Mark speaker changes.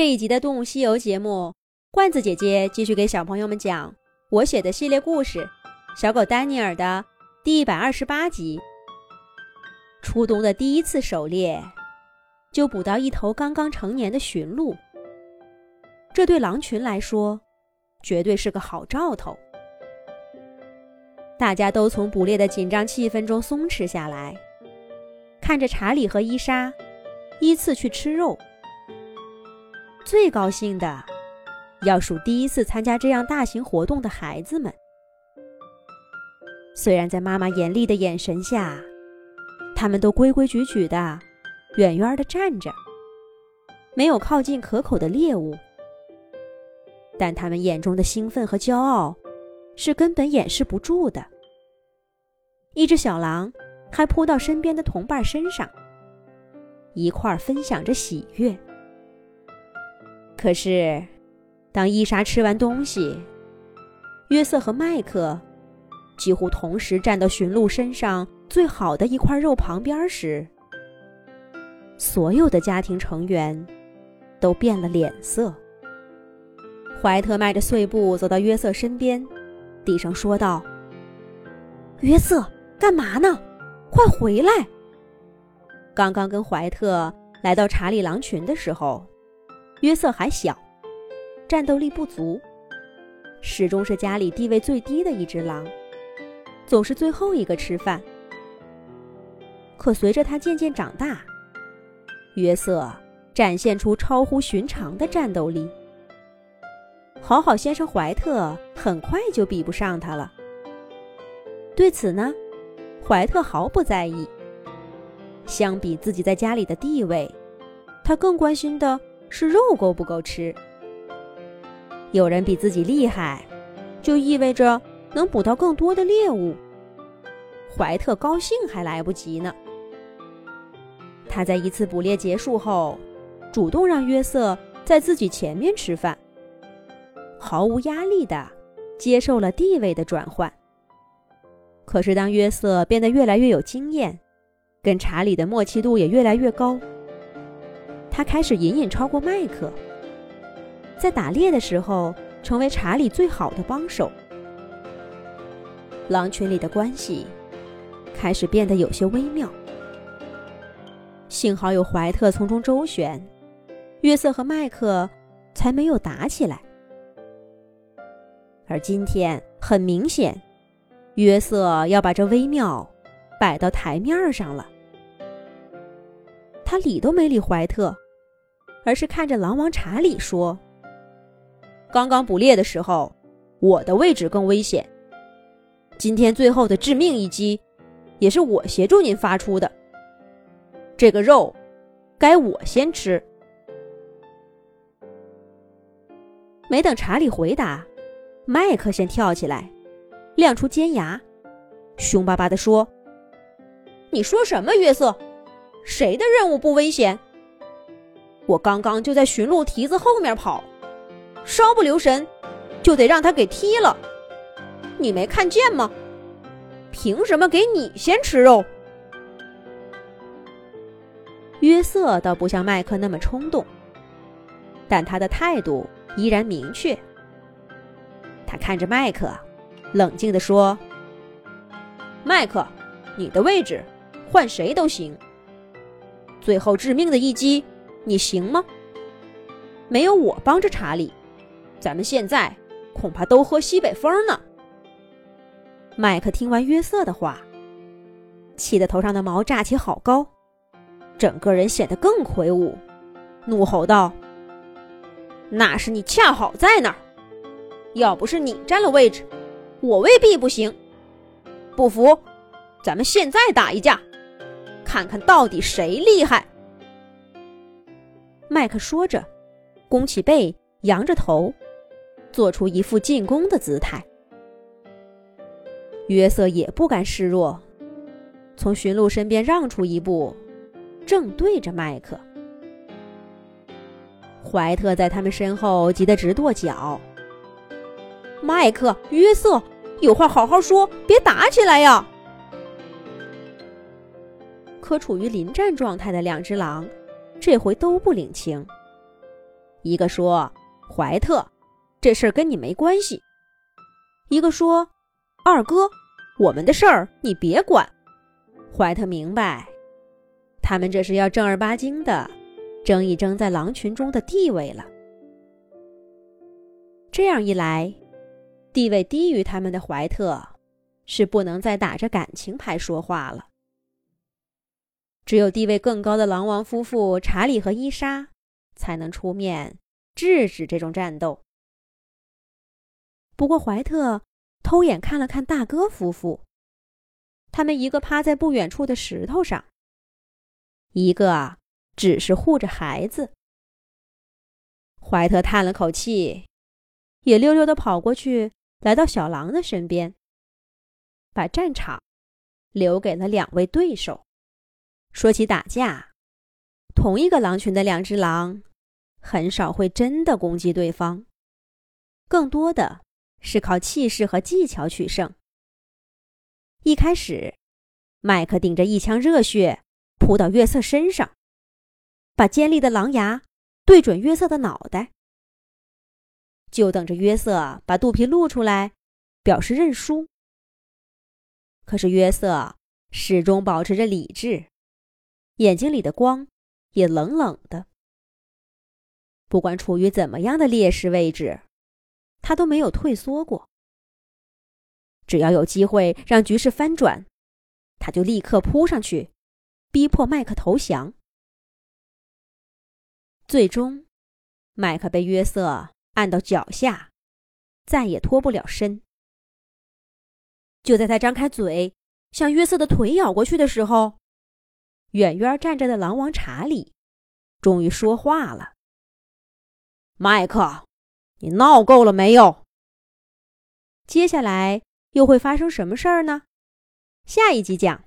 Speaker 1: 这一集的《动物西游》节目，罐子姐姐继续给小朋友们讲我写的系列故事《小狗丹尼尔》的第128集。初冬的第一次狩猎，就捕到一头刚刚成年的驯鹿，这对狼群来说，绝对是个好兆头。大家都从捕猎的紧张气氛中松弛下来，看着查理和伊莎依次去吃肉。最高兴的要数第一次参加这样大型活动的孩子们。虽然在妈妈严厉的眼神下，他们都规规矩矩的远远地站着，没有靠近可口的猎物，但他们眼中的兴奋和骄傲是根本掩饰不住的。一只小狼还扑到身边的同伴身上，一块儿分享着喜悦。可是当伊莎吃完东西，约瑟和麦克几乎同时站到驯鹿身上最好的一块肉旁边时，所有的家庭成员都变了脸色。怀特迈着碎步走到约瑟身边，低声说道：“约瑟，干嘛呢？快回来！”刚刚跟怀特来到查理狼群的时候，约瑟还小，战斗力不足，始终是家里地位最低的一只狼，总是最后一个吃饭。可随着他渐渐长大，约瑟展现出超乎寻常的战斗力。好好先生怀特很快就比不上他了。对此呢，怀特毫不在意。相比自己在家里的地位，他更关心的是肉够不够吃。有人比自己厉害，就意味着能捕到更多的猎物。怀特高兴还来不及呢。他在一次捕猎结束后，主动让约瑟在自己前面吃饭，毫无压力地接受了地位的转换。可是当约瑟变得越来越有经验，跟查理的默契度也越来越高，他开始隐隐超过麦克，在打猎的时候成为查理最好的帮手。狼群里的关系开始变得有些微妙。幸好有怀特从中周旋，约瑟和麦克才没有打起来。而今天很明显，约瑟要把这微妙摆到台面上了。他理都没理怀特，而是看着狼王查理说：“刚刚捕猎的时候，我的位置更危险。今天最后的致命一击，也是我协助您发出的。这个肉，该我先吃。”没等查理回答，麦克先跳起来，亮出尖牙，凶巴巴地说：“你说什么，约瑟？谁的任务不危险？我刚刚就在驯鹿蹄子后面跑，稍不留神就得让他给踢了。你没看见吗？凭什么给你先吃肉？”约瑟倒不像麦克那么冲动，但他的态度依然明确。他看着麦克，冷静地说：“麦克，你的位置换谁都行。最后致命的一击，你行吗？没有我帮着查理，咱们现在恐怕都喝西北风呢。”麦克听完约瑟的话，气得头上的毛炸起好高，整个人显得更魁梧，怒吼道：“那是你恰好在那儿，要不是你占了位置，我未必不行。不服，咱们现在打一架，看看到底谁厉害。”麦克说着，弓起背，扬着头，做出一副进攻的姿态。约瑟也不敢示弱，从驯鹿身边让出一步，正对着麦克。怀特在他们身后急得直跺脚：“麦克，约瑟，有话好好说，别打起来呀！”可处于临战状态的两只狼这回都不领情， 一个说：“怀特，这事儿跟你没关系。”一个说：“二哥，我们的事儿你别管。”怀特明白，他们这是要正儿八经的争一争在狼群中的地位了。这样一来，地位低于他们的怀特是不能再打着感情牌说话了。只有地位更高的狼王夫妇查理和伊莎才能出面制止这种战斗。不过怀特偷眼看了看大哥夫妇，他们一个趴在不远处的石头上，一个只是护着孩子。怀特叹了口气，也溜溜地跑过去，来到小狼的身边，把战场留给了两位对手。说起打架，同一个狼群的两只狼很少会真的攻击对方，更多的是靠气势和技巧取胜。一开始，麦克顶着一腔热血扑到约瑟身上，把尖利的狼牙对准约瑟的脑袋，就等着约瑟把肚皮露出来表示认输。可是约瑟始终保持着理智，眼睛里的光也冷冷的。不管处于怎么样的劣势位置，他都没有退缩过。只要有机会让局势翻转，他就立刻扑上去，逼迫麦克投降。最终，麦克被约瑟按到脚下，再也脱不了身。就在他张开嘴向约瑟的腿咬过去的时候，远远站着的狼王查理终于说话了：“麦克，你闹够了没有？”接下来又会发生什么事儿呢？下一集讲。